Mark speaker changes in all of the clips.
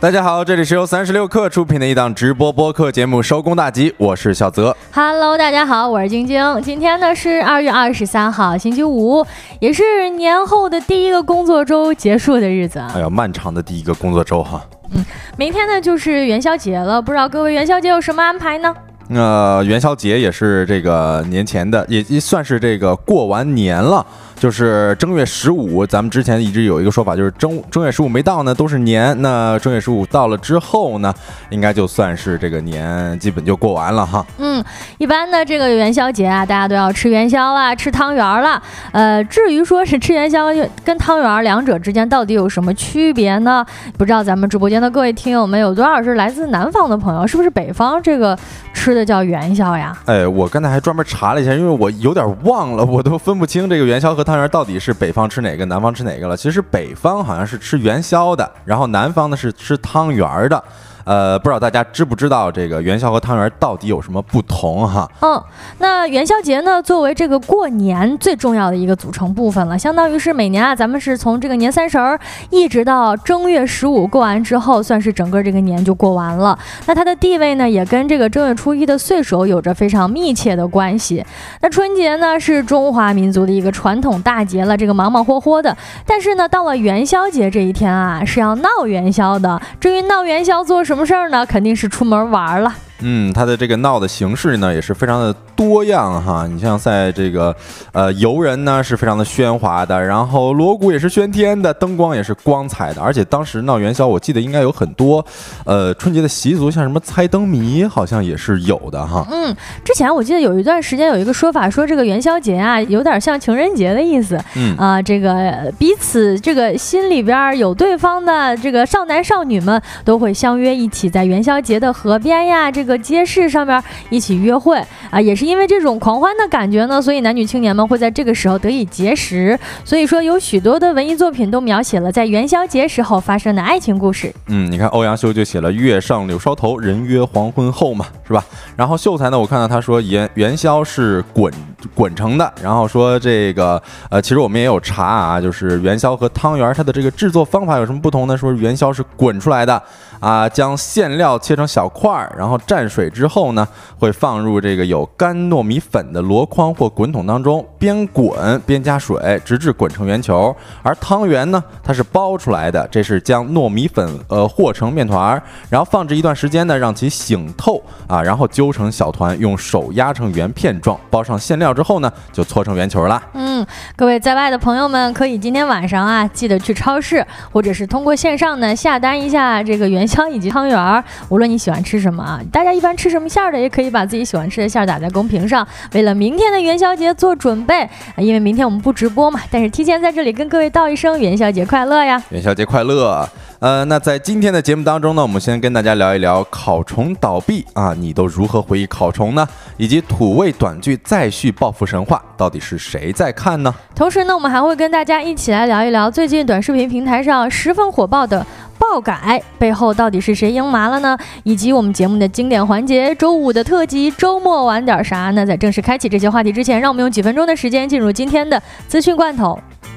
Speaker 1: 大家好，这里是由36氪出品的一档直播播客节目《收工大吉》，我是小泽。
Speaker 2: Hello， 大家好，我是晶晶。今天呢是2月23号，星期五，也是年后的第一个工作周结束的日子。
Speaker 1: 哎呀，漫长的第一个工作周哈。
Speaker 2: 明天呢就是元宵节了，不知道各位元宵节有什么安排呢？
Speaker 1: 元宵节也是这个年前的，也算是这个过完年了。就是正月15，咱们之前一直有一个说法，就是正月15没到呢都是年，那正月15到了之后呢，应该就算是这个年基本就过完了哈。
Speaker 2: 一般的这个元宵节啊，大家都要吃元宵啦，吃汤圆啦。至于说是吃元宵跟汤圆两者之间到底有什么区别呢？不知道咱们直播间的各位听友们有多少是来自南方的朋友，是不是北方这个吃的叫元宵呀？
Speaker 1: 我刚才还专门查了一下，因为我有点忘了，我都分不清这个元宵和汤圆到底是北方吃哪个，南方吃哪个了。其实北方好像是吃元宵的，然后南方呢是吃汤圆的。不知道大家知不知道这个元宵和汤圆到底有什么不同哈？
Speaker 2: 那元宵节呢，作为这个过年最重要的一个组成部分了，相当于是每年啊，咱们是从这个年30一直到正月15过完之后，算是整个这个年就过完了。那它的地位呢，也跟这个正月初一的岁首有着非常密切的关系。那春节呢，是中华民族的一个传统大节了，这个忙忙活活的。但是呢，到了元宵节这一天啊，是要闹元宵的。至于闹元宵做什么事儿呢？肯定是出门玩了。
Speaker 1: 它的这个闹的形式呢也是非常的多样哈。你像在这个游人呢是非常的喧哗的，然后锣鼓也是喧天的，灯光也是光彩的。而且当时闹元宵，我记得应该有很多春节的习俗，像什么猜灯谜好像也是有的哈。
Speaker 2: 之前我记得有一段时间有一个说法，说这个元宵节啊有点像情人节的意思。这个彼此这个心里边有对方的这个少男少女们都会相约一起在元宵节的河边呀，这个街市上面一起约会啊。也是因为这种狂欢的感觉呢，所以男女青年们会在这个时候得以结识。所以说有许多的文艺作品都描写了在元宵节时候发生的爱情故事。
Speaker 1: 你看欧阳修就写了月上柳梢头，人约黄昏后嘛，是吧？然后秀才呢，我看到他说元宵是滚成的，然后说这个其实我们也有查啊，就是元宵和汤圆它的这个制作方法有什么不同呢？说元宵是滚出来的啊，将馅料切成小块儿，然后蘸水之后呢，会放入这个有干糯米粉的箩筐或滚筒当中，边滚边加水，直至滚成圆球。而汤圆呢，它是包出来的，这是将糯米粉和成面团，然后放置一段时间呢，让其醒透啊，然后揪成小团，用手压成圆片状，包上馅料之后呢，就搓成圆球啦。
Speaker 2: 各位在外的朋友们，可以今天晚上啊，记得去超市，或者是通过线上呢下单一下这个元宵以及汤圆。无论你喜欢吃什么啊，大家一般吃什么馅儿的，也可以把自己喜欢吃的馅儿打在公屏上，为了明天的元宵节做准备。因为明天我们不直播嘛，但是提前在这里跟各位道一声元宵节快乐呀！
Speaker 1: 元宵节快乐！那在今天的节目当中呢，我们先跟大家聊一聊考虫倒闭啊，你都如何回忆考虫呢？以及土味短剧再续报复神话，到底是谁在看呢？
Speaker 2: 同时呢，我们还会跟大家一起来聊一聊最近短视频平台上十分火爆的爆改背后到底是谁赢麻了呢？以及我们节目的经典环节周五的特辑周末玩点啥呢？在正式开启这些话题之前，让我们用几分钟的时间进入今天的资讯罐头。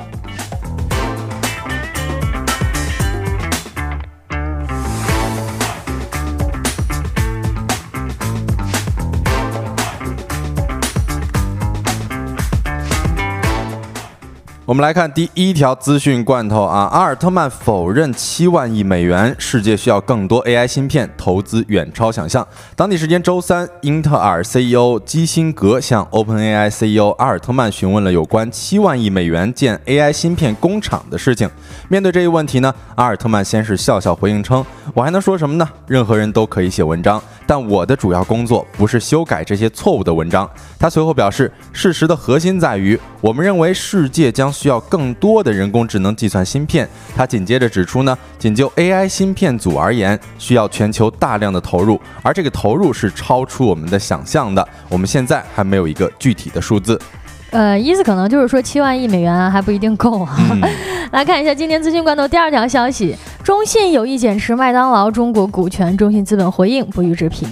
Speaker 1: 我们来看第一条资讯罐头啊，阿尔特曼否认7万亿美元，世界需要更多 AI 芯片，投资远超想象。当地时间周三，英特尔 CEO 基辛格向 OpenAI CEO 阿尔特曼询问了有关7万亿美元建 AI 芯片工厂的事情。面对这一问题呢，阿尔特曼先是笑笑回应称：“我还能说什么呢？任何人都可以写文章，但我的主要工作不是修改这些错误的文章。”他随后表示，事实的核心在于，我们认为世界将需要更多的人工智能计算芯片。他紧接着指出呢，仅就 AI 芯片组而言，需要全球大量的投入，而这个投入是超出我们的想象的。我们现在还没有一个具体的数字。
Speaker 2: 意思可能就是说7万亿美元还不一定够啊。来看一下今天资讯罐头第二条消息，中信有意减持麦当劳中国股权，中信资本回应不予置评。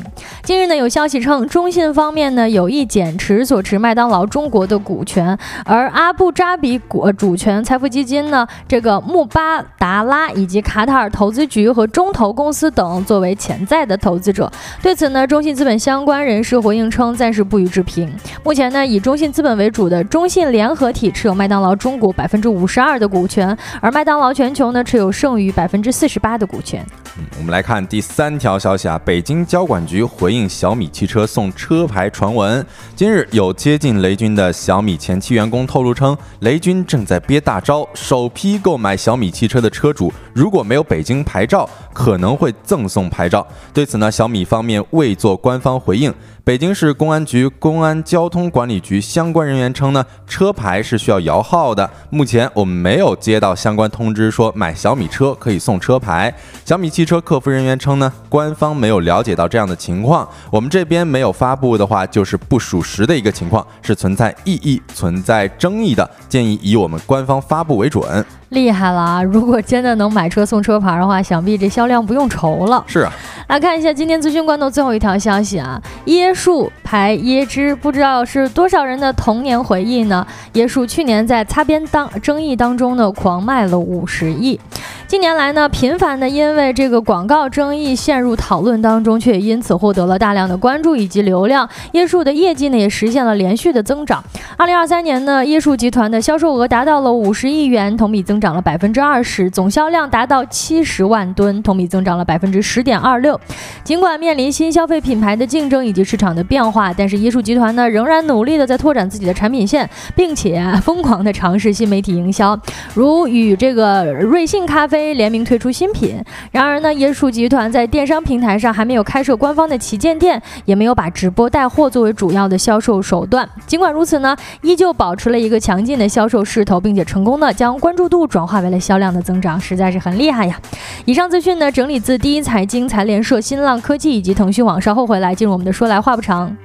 Speaker 2: 近日呢，有消息称，中信方面呢有意减持所持麦当劳中国的股权，而阿布扎比主权财富基金呢，这个穆巴达拉以及卡塔尔投资局和中投公司等作为潜在的投资者。对此呢，中信资本相关人士回应称，暂时不予置评。目前呢，以中信资本为主的中信联合体持有麦当劳中国52%的股权，而麦当劳全球呢持有剩余48%的股权。
Speaker 1: 我们来看第3条消息啊，北京交管局回应小米汽车送车牌传闻。今日有接近雷军的小米前期员工透露称，雷军正在憋大招，首批购买小米汽车的车主如果没有北京牌照，可能会赠送牌照。对此呢，小米方面未做官方回应。北京市公安局公安交通管理局相关人员称呢，车牌是需要摇号的。目前我们没有接到相关通知说买小米车可以送车牌。小米汽车客服人员称呢，官方没有了解到这样的情况，我们这边没有发布的话，就是不属实的一个情况，是存在异议、存在争议的，建议以我们官方发布为准。
Speaker 2: 厉害了啊！如果真的能买车送车牌的话，想必这销量不用愁了。
Speaker 1: 是啊，
Speaker 2: 来看一下今天资讯罐头最后一条消息啊，椰树牌椰汁，不知道是多少人的童年回忆呢？椰树去年在擦边争议当中呢，狂卖了50亿。近年来呢，频繁的因为这个广告争议陷入讨论当中，却也因此获得了大量的关注以及流量。椰树的业绩呢，也实现了连续的增长。2023年呢，椰树集团的销售额达到了50亿元，同比增长了20%，总销量达到70万吨，同比增长了10.26%。尽管面临新消费品牌的竞争以及市场的变化，但是椰树集团呢，仍然努力的在拓展自己的产品线，并且疯狂的尝试新媒体营销，如与这个瑞幸咖啡联名推出新品。然而呢，椰树集团在电商平台上还没有开设官方的旗舰店，也没有把直播带货作为主要的销售手段。尽管如此呢，依旧保持了一个强劲的销售势头，并且成功的将关注度转化为了销量的增长，实在是很厉害呀。以上资讯呢，整理自第一财经、财联社、新浪科技以及腾讯网。稍后回来进入我们的说来话不长。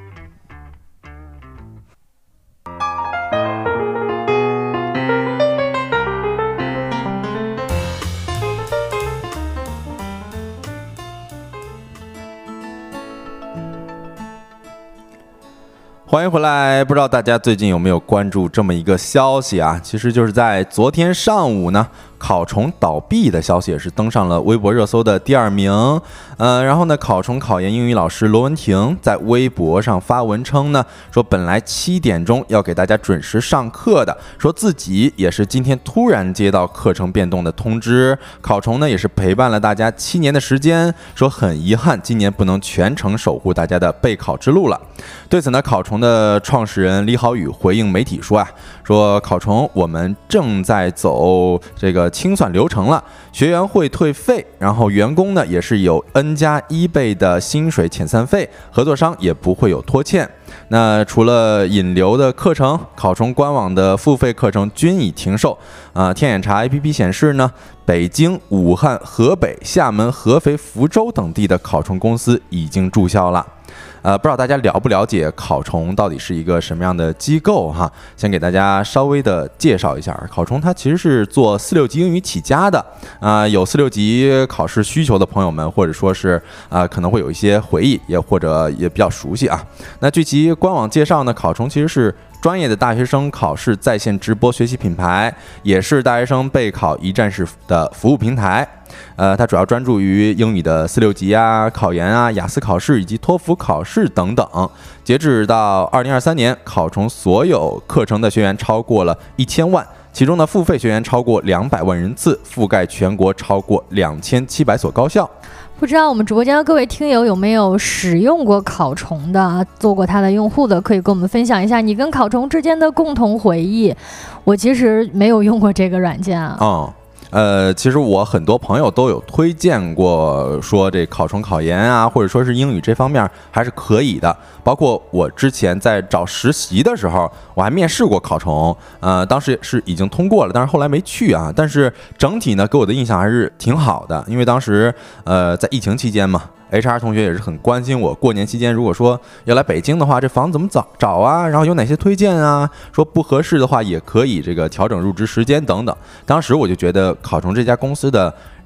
Speaker 1: 欢迎回来，不知道大家最近有没有关注这么一个消息啊？其实就是在昨天上午呢，考虫倒闭的消息也是登上了微博热搜的第2名。然后呢，考虫考研英语老师罗文婷在微博上发文称呢，说本来7点钟要给大家准时上课的，说自己也是今天突然接到课程变动的通知。考虫呢也是陪伴了大家7年的时间，说很遗憾今年不能全程守护大家的备考之路了。对此呢，考虫的创始人李好宇回应媒体说啊，说考虫我们正在走这个清算流程了，学员会退费，然后员工呢也是有 N+1倍的薪水遣散费，合作商也不会有拖欠。那除了引流的课程，考虫官网的付费课程均已停售。天眼查 APP 显示呢，北京、武汉、河北、厦门、合肥、福州等地的考虫公司已经注销了。不知道大家了不了解考虫到底是一个什么样的机构哈？先给大家稍微的介绍一下，考虫它其实是做4、6级英语起家的。有4、6级考试需求的朋友们，或者说是可能会有一些回忆，也或者也比较熟悉啊。那据其官网介绍呢，考虫其实是专业的大学生考试在线直播学习品牌，也是大学生备考一站式的服务平台。它主要专注于英语的4、6级啊、考研啊、雅思考试以及托福考试等等。截止到2023年，考虫所有课程的学员超过了1000万，其中的付费学员超过200万人次，覆盖全国超过2700所高校。
Speaker 2: 不知道我们直播间的各位听友有没有使用过考虫的，做过它的用户的，可以跟我们分享一下你跟考虫之间的共同回忆。我其实没有用过这个软件啊。
Speaker 1: 其实我很多朋友都有推荐过，说这考虫考研啊，或者说是英语这方面还是可以的。包括我之前在找实习的时候，我还面试过考虫，当时是已经通过了，但是后来没去啊。但是整体呢，给我的印象还是挺好的，因为当时在疫情期间嘛。HR 同学也是很关心我，过年期间如果说要来北京的话，这房子怎么找啊？然后有哪些推荐啊？说不合适的话，也可以这个调整入职时间等等。当时我就觉得考虫这家公司的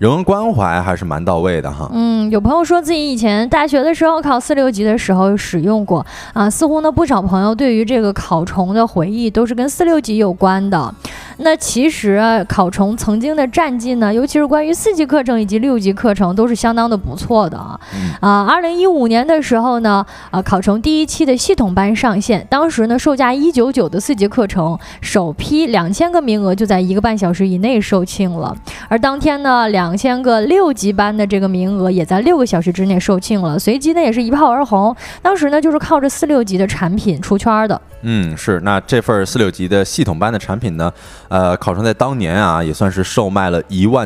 Speaker 1: 人文关怀还是蛮到位的哈。
Speaker 2: 有朋友说自己以前大学的时候考4、6级的时候使用过啊，似乎呢不少朋友对于这个考虫的回忆都是跟4、6级有关的。那其实考虫曾经的战绩呢，尤其是关于4级课程以及6级课程都是相当的不错的2015年的时候呢，考虫第1期的系统班上线，当时呢售价199的4级课程，首批2000个名额就在1个半小时以内售罄了，而当天呢2000个6级班的这个名额也在6个小时之内售罄了，随即呢也是一炮而红，当时呢就是靠着4、6级的产品出圈的。
Speaker 1: 是，那这份4、6级的系统班的产品呢，考虫在当年啊也算是售卖了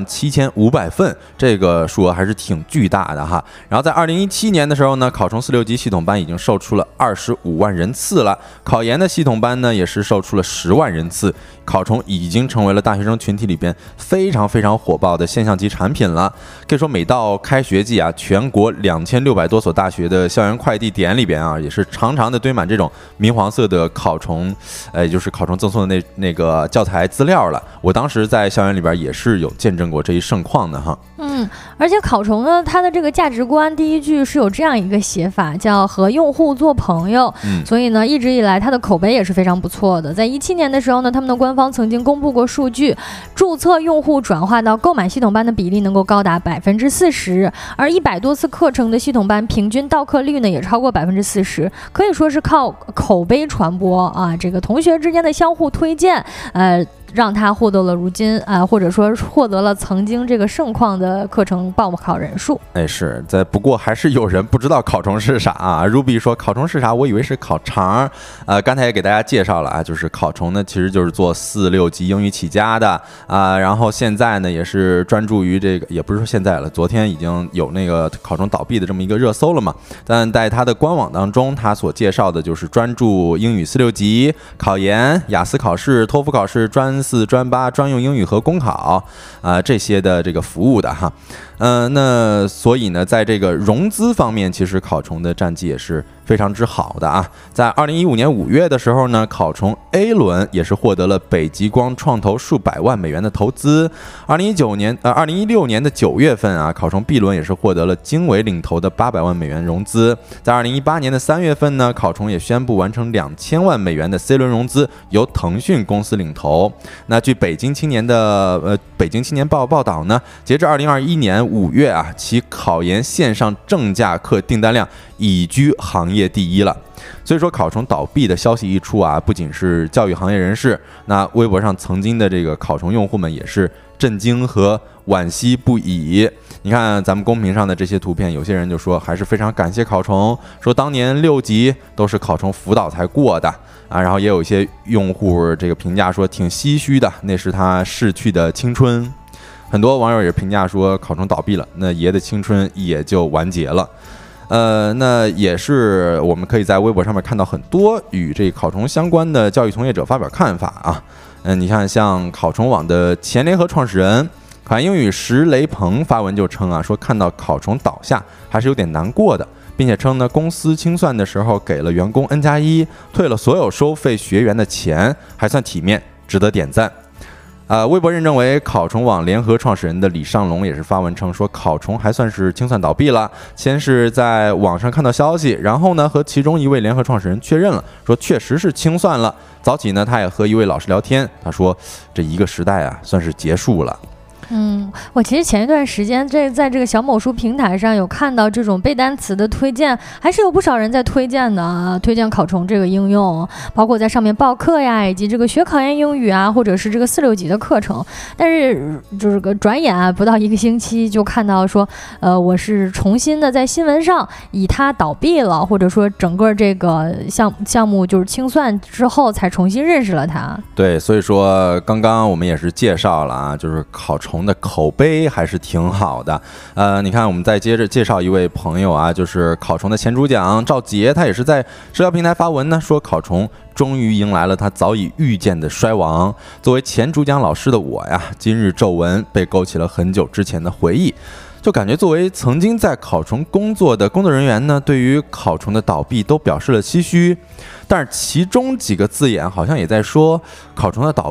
Speaker 1: 17500份，这个数额还是挺巨大的哈。然后在2017年的时候呢，考虫4、6级系统班已经售出了25万人次了，考研的系统班呢也是售出了10万人次，考虫已经成为了大学生群体里边非常非常火爆的现象级产品了。可以说每到开学季啊，全国2600多所大学的校园快递点里边啊，也是常常的堆满这种明黄色的考虫，就是考虫赠送的那个教材资料了。我当时在校园里边也是有见证过这一盛况的哈。
Speaker 2: 而且考虫呢，它的这个价值观第一句是有这样一个写法，叫和用户做朋友。所以呢，一直以来它的口碑也是非常不错的。在17年的时候呢，他们的官方曾经公布过数据，注册用户转化到购买系统班的比例能够高达40%，而100多次课程的系统班平均到课率呢也超过40%，可以说是靠口碑传播啊，这个同学之间的相互推荐，让他获得了如今或者说获得了曾经这个盛况的课程报考人数。
Speaker 1: 是在，不过还是有人不知道考虫是啥啊。Ruby 说考虫是啥，我以为是烤肠。刚才也给大家介绍了啊，就是考虫呢其实就是做4、6级英语起家的然后现在呢也是专注于这个，也不是说现在了，昨天已经有那个考虫倒闭的这么一个热搜了嘛。但在他的官网当中，他所介绍的就是专注英语4、6级、考研、雅思考试、托福考试、专4、专8、专用英语和公考这些的这个服务的哈。那所以呢，在这个融资方面，其实考虫的战绩也是非常之好的啊。在2015年5月的时候呢，考虫 A 轮也是获得了北极光创投数百万美元的投资。2016年的9月份啊，考虫 B 轮也是获得了经纬领投的800万美元融资。在2018年的3月份呢，考虫也宣布完成2000万美元的 C 轮融资，由腾讯公司领投。那据北京青年报报道呢，截至2021年5月啊，其考研线上正价课订单量已居行业第一了。所以说考虫倒闭的消息一出啊，不仅是教育行业人士，那微博上曾经的这个考虫用户们也是震惊和惋惜不已。你看咱们公屏上的这些图片，有些人就说还是非常感谢考虫，说当年6级都是考虫辅导才过的然后也有一些用户这个评价说挺唏嘘的，那是他逝去的青春。很多网友也评价说考虫倒闭了，那爷的青春也就完结了。那也是我们可以在微博上面看到很多与这考虫相关的教育从业者发表看法你看像考虫网的前联合创始人考研英语石雷鹏发文就称说看到考虫倒下还是有点难过的，并且称呢公司清算的时候给了员工 N+1， 退了所有收费学员的钱，还算体面，值得点赞。微博认证为考虫网联合创始人的李尚龙也是发文称说，考虫还算是清算倒闭了。先是在网上看到消息，然后呢和其中一位联合创始人确认了，说确实是清算了。早起呢他也和一位老师聊天，他说这一个时代算是结束了。
Speaker 2: 我其实前一段时间在这个小某书平台上有看到这种背单词的推荐，还是有不少人在推荐的推荐考虫这个应用，包括在上面报课呀，以及这个学考研英语或者是这个4、6级的课程。但是就是个转眼不到1个星期就看到说我是重新的在新闻上以它倒闭了，或者说整个这个项目就是清算之后才重新认识了它。
Speaker 1: 对，所以说刚刚我们也是介绍了就是考虫的口碑还是挺好的。你看我们再接着介绍一位朋友就是考虫的前主讲赵杰，他也是在社交平台发文呢，说考虫终于迎来了他早已预见的衰亡。作为前主讲老师的我今日皱纹被勾起了很久之前的回忆，就感觉作为曾经在考虫工作的工作人员呢，对于考虫的倒闭都表示了唏嘘。但是其中几个字眼好像也在说，考虫的倒闭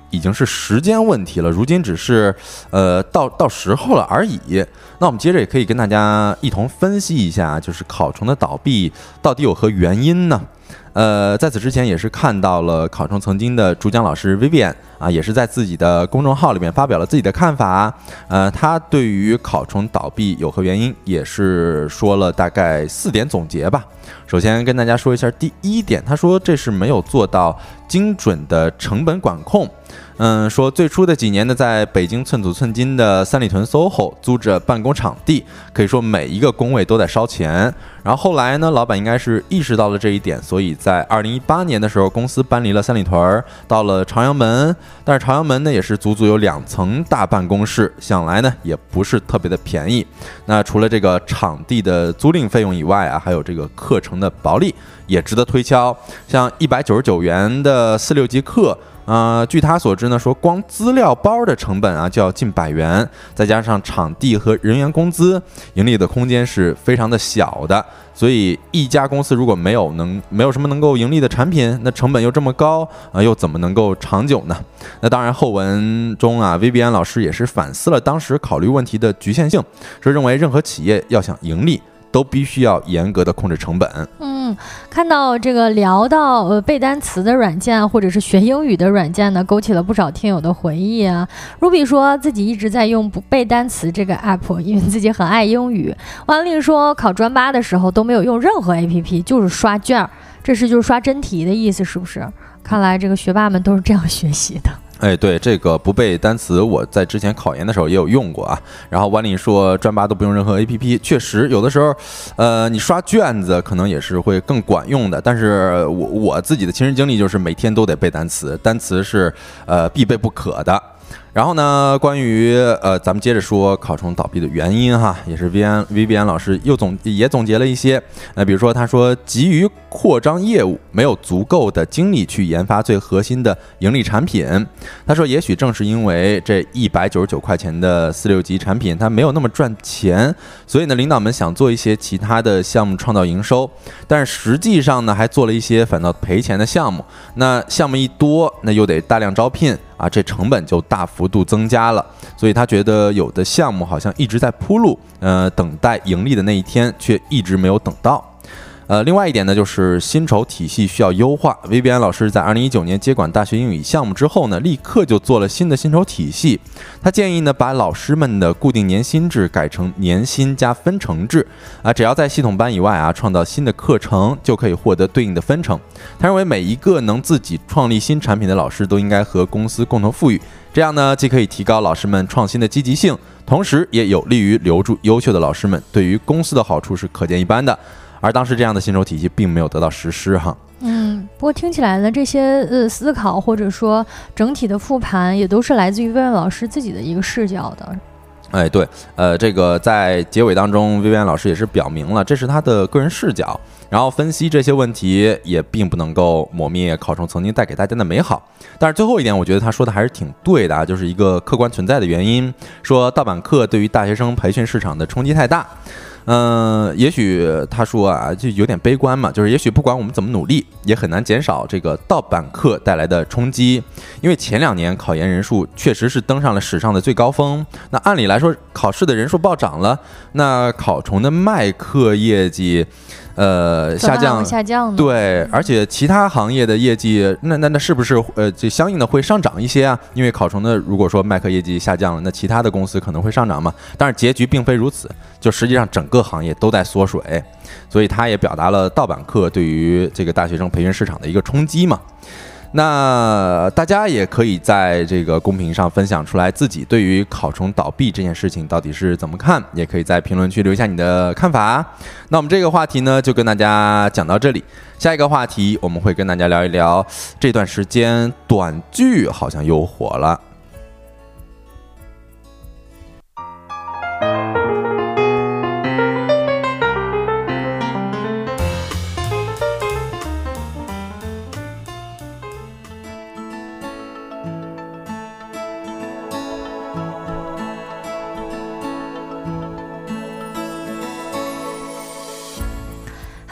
Speaker 1: 已经是时间问题了，如今只是到时候了而已。那我们接着也可以跟大家一同分析一下，就是考虫的倒闭到底有何原因呢？在此之前也是看到了考虫曾经的主讲老师 Vivian 啊，也是在自己的公众号里面发表了自己的看法。他对于考虫倒闭有何原因，也是说了大概4点总结吧。首先跟大家说一下第一点，他说这是没有做到精准的成本管控。说最初的几年呢，在北京寸土寸金的三里屯 SOHO 租着办公场地，可以说每一个工位都在烧钱。然后后来呢，老板应该是意识到了这一点，所以在2018年的时候，公司搬离了三里屯，到了朝阳门。但是朝阳门呢，也是足足有2层大办公室，想来呢也不是特别的便宜。那除了这个场地的租赁费用以外啊，还有这个课程的薄利也值得推敲。像199元的4-6级课。据他所知呢，说光资料包的成本啊就要近100元，再加上场地和人员工资，盈利的空间是非常的小的。所以一家公司如果没有什么能够盈利的产品，那成本又这么高又怎么能够长久呢？那当然后文中啊，Vivian老师也是反思了当时考虑问题的局限性，说认为任何企业要想盈利，都必须要严格的控制成本。
Speaker 2: 看到这个聊到背单词的软件或者是学英语的软件呢，勾起了不少听友的回忆啊。Ruby 说自己一直在用背单词这个 app， 因为自己很爱英语。王令说考专8的时候都没有用任何 app， 就是刷卷，就是刷真题的意思，是不是？看来这个学霸们都是这样学习的。
Speaker 1: 对，这个不背单词，我在之前考研的时候也有用过啊。然后万里说专8都不用任何 APP， 确实有的时候，你刷卷子可能也是会更管用的。但是我自己的亲身经历就是每天都得背单词，单词是必备不可的。然后呢，关于咱们接着说考虫倒闭的原因哈，也是 Vivian 老师也总结了一些。比如说他说急于扩张业务，没有足够的精力去研发最核心的盈利产品。他说也许正是因为这199块钱的4-6级产品它没有那么赚钱，所以呢领导们想做一些其他的项目创造营收，但是实际上呢还做了一些反倒赔钱的项目。那项目一多，那又得大量招聘啊，这成本就大幅度增加了，所以他觉得有的项目好像一直在铺路，等待盈利的那一天，却一直没有等到。另外一点呢，就是薪酬体系需要优化。Vivian 老师在2019年接管大学英语项目之后呢，立刻就做了新的薪酬体系。他建议呢，把老师们的固定年薪制改成年薪加分成制啊，只要在系统班以外啊创造新的课程，就可以获得对应的分成。他认为每一个能自己创立新产品的老师都应该和公司共同富裕，这样呢，既可以提高老师们创新的积极性，同时也有利于留住优秀的老师们，对于公司的好处是可见一斑的。而当时这样的薪酬体系并没有得到实施哈。
Speaker 2: 不过听起来呢，这些思考或者说整体的复盘，也都是来自于Vivian老师自己的一个视角的。
Speaker 1: 对，这个在结尾当中，Vivian老师也是表明了，这是他的个人视角，然后分析这些问题，也并不能够抹灭考虫曾经带给大家的美好。但是最后一点，我觉得他说的还是挺对的啊，就是一个客观存在的原因，说盗版课对于大学生培训市场的冲击太大。也许他说啊，就有点悲观嘛，就是也许不管我们怎么努力，也很难减少这个盗版课带来的冲击。因为前2年考研人数确实是登上了史上的最高峰，那按理来说考试的人数暴涨了，那考虫的卖课业绩下降，对，而且其他行业的业绩那是不是就相应的会上涨一些啊？因为考虫的如果说卖课业绩下降了，那其他的公司可能会上涨嘛。但是结局并非如此，就实际上整个行业都在缩水，所以他也表达了盗版课对于这个大学生培训市场的一个冲击嘛。那大家也可以在这个公屏上分享出来自己对于考虫倒闭这件事情到底是怎么看，也可以在评论区留下你的看法。那我们这个话题呢，就跟大家讲到这里。下一个话题我们会跟大家聊一聊，这段时间短剧好像又火了。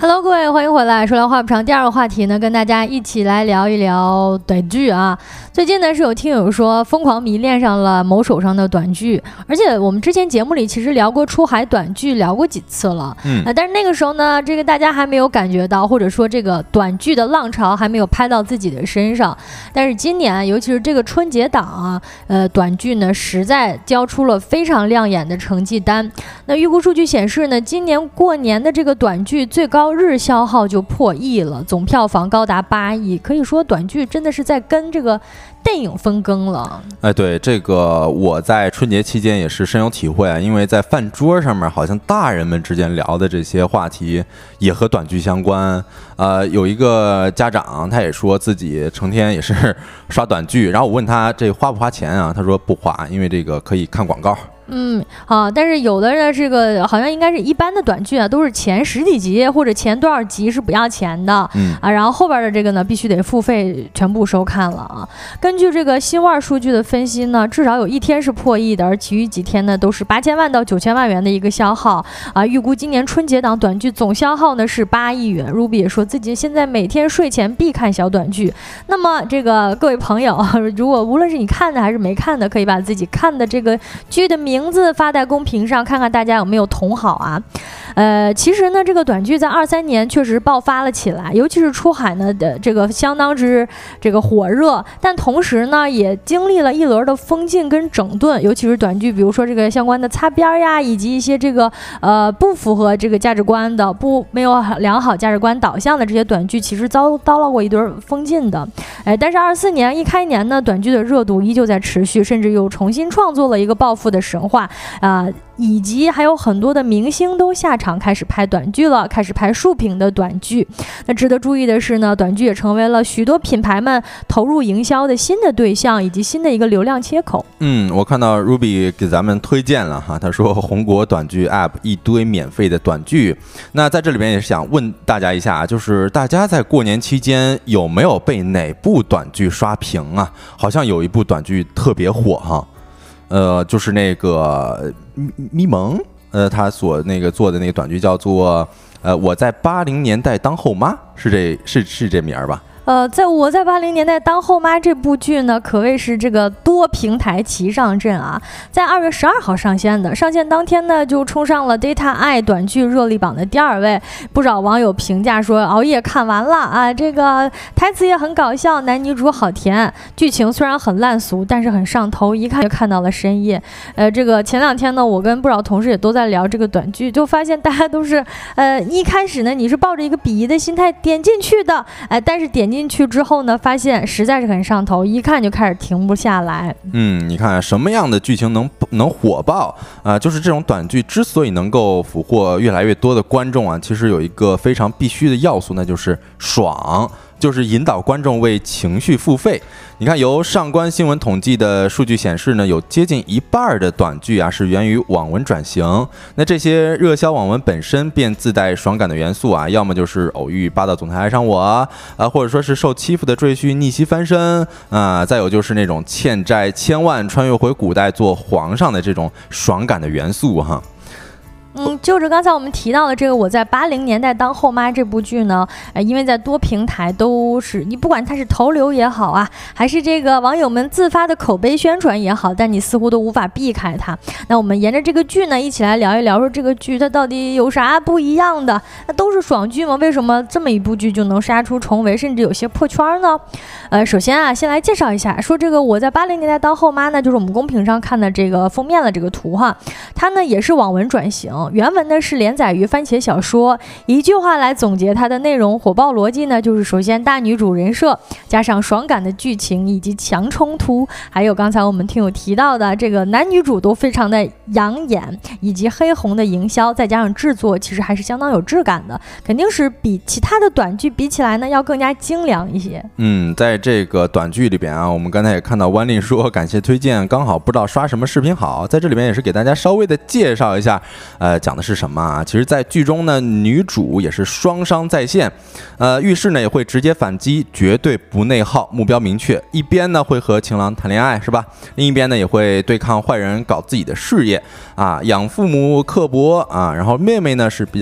Speaker 2: Hello， 各位，欢迎回来。说来话不长，第二个话题呢，跟大家一起来聊一聊短剧啊。最近呢，是有听友说疯狂迷恋上了某手上的短剧，而且我们之前节目里其实聊过出海短剧，聊过几次了。但是那个时候呢，这个大家还没有感觉到，或者说这个短剧的浪潮还没有拍到自己的身上。但是今年，尤其是这个春节档啊，短剧呢实在交出了非常亮眼的成绩单。那预估数据显示呢，今年过年的这个短剧最高日消耗就破亿了，总票房高达8亿，可以说短剧真的是在跟这个电影分羹了。
Speaker 1: 对，这个我在春节期间也是深有体会啊，因为在饭桌上面，好像大人们之间聊的这些话题也和短剧相关。有一个家长他也说自己成天也是刷短剧，然后我问他这花不花钱啊？他说不花，因为这个可以看广告。
Speaker 2: 但是有的人这个好像应该是一般的短剧啊，都是前10几集或者前多少集是不要钱的，然后后边的这个呢必须得付费全部收看了啊。根据这个新腕数据的分析呢，至少有1天是破亿的，而其余几天呢都是8000万到9000万元的一个消耗啊。预估今年春节档短剧总消耗呢是8亿元。Ruby 也说自己现在每天睡前必看小短剧。那么这个各位朋友，如果无论是你看的还是没看的，可以把自己看的这个剧的名字发在公屏上，看看大家有没有同好啊。其实呢，这个短剧在23年确实爆发了起来，尤其是出海呢的这个相当之这个火热，但同时呢也经历了一轮的封禁跟整顿，尤其是短剧，比如说这个相关的擦边呀，以及一些这个不符合这个价值观的、没有良好价值观导向的这些短剧，其实遭到过一轮封禁的。但是24年一开年呢，短剧的热度依旧在持续，甚至又重新创作了一个暴富的神话以及还有很多的明星都下场开始拍短剧了，开始拍竖屏的短剧。那值得注意的是呢，短剧也成为了许多品牌们投入营销的新的对象，以及新的一个流量切口。
Speaker 1: 我看到 Ruby 给咱们推荐了哈，他说红果短剧 App 一堆免费的短剧。那在这里边也是想问大家一下，就是大家在过年期间有没有被哪部短剧刷屏啊？好像有一部短剧特别火哈。就是那个咪蒙，他所那个做的那个短剧叫做我在80年代当后妈，是这名儿吧？
Speaker 2: 在80年代当后妈这部剧呢，可谓是这个多平台齐上阵啊。在2月12号上线的，上线当天呢就冲上了 Data 短剧热力榜的第2位。不少网友评价说熬夜看完了啊，这个台词也很搞笑，男女主好甜，剧情虽然很烂俗，但是很上头，一看就看到了深夜。这个前2天呢，我跟不少同事也都在聊这个短剧，就发现大家都是一开始呢你是抱着一个鄙夷的心态点进去的，但是点进去之后呢，发现实在是很上头，一看就开始停不下来。
Speaker 1: 你看什么样的剧情能火爆就是这种短剧之所以能够俘获越来越多的观众啊，其实有一个非常必须的要素，那就是爽。就是引导观众为情绪付费。你看，由上官新闻统计的数据显示呢，有接近一半的短剧啊是源于网文转型。那这些热销网文本身便自带爽感的元素啊，要么就是偶遇霸道总裁爱上我或者说是受欺负的赘婿逆袭翻身再有就是那种欠债千万穿越回古代做皇上的这种爽感的元素哈。
Speaker 2: 就是刚才我们提到的这个我在80年代当后妈这部剧呢，因为在多平台都是你不管它是投流也好啊，还是这个网友们自发的口碑宣传也好，但你似乎都无法避开它。那我们沿着这个剧呢一起来聊一聊，说这个剧它到底有啥不一样的？那都是爽剧吗？为什么这么一部剧就能杀出重围，甚至有些破圈呢？首先啊，先来介绍一下，说这个我在80年代当后妈呢，就是我们公屏上看的这个封面的这个图哈，它呢也是网文转型。原文呢是连载于番茄小说，一句话来总结它的内容火爆逻辑呢，就是首先大女主人设，加上爽感的剧情以及强冲突，还有刚才我们听友提到的这个男女主都非常的养眼，以及黑红的营销，再加上制作其实还是相当有质感的，肯定是比其他的短剧比起来呢要更加精良一些。
Speaker 1: 在这个短剧里边啊，我们刚才也看到湾令说感谢推荐，刚好不知道刷什么视频好，在这里边也是给大家稍微的介绍一下讲的是什么啊？其实在剧中呢，女主也是双商在线，遇事呢也会直接反击，绝对不内耗，目标明确，一边呢会和情郎谈恋爱是吧，另一边呢也会对抗坏人，搞自己的事业啊，养父母刻薄啊，然后妹妹呢是比较的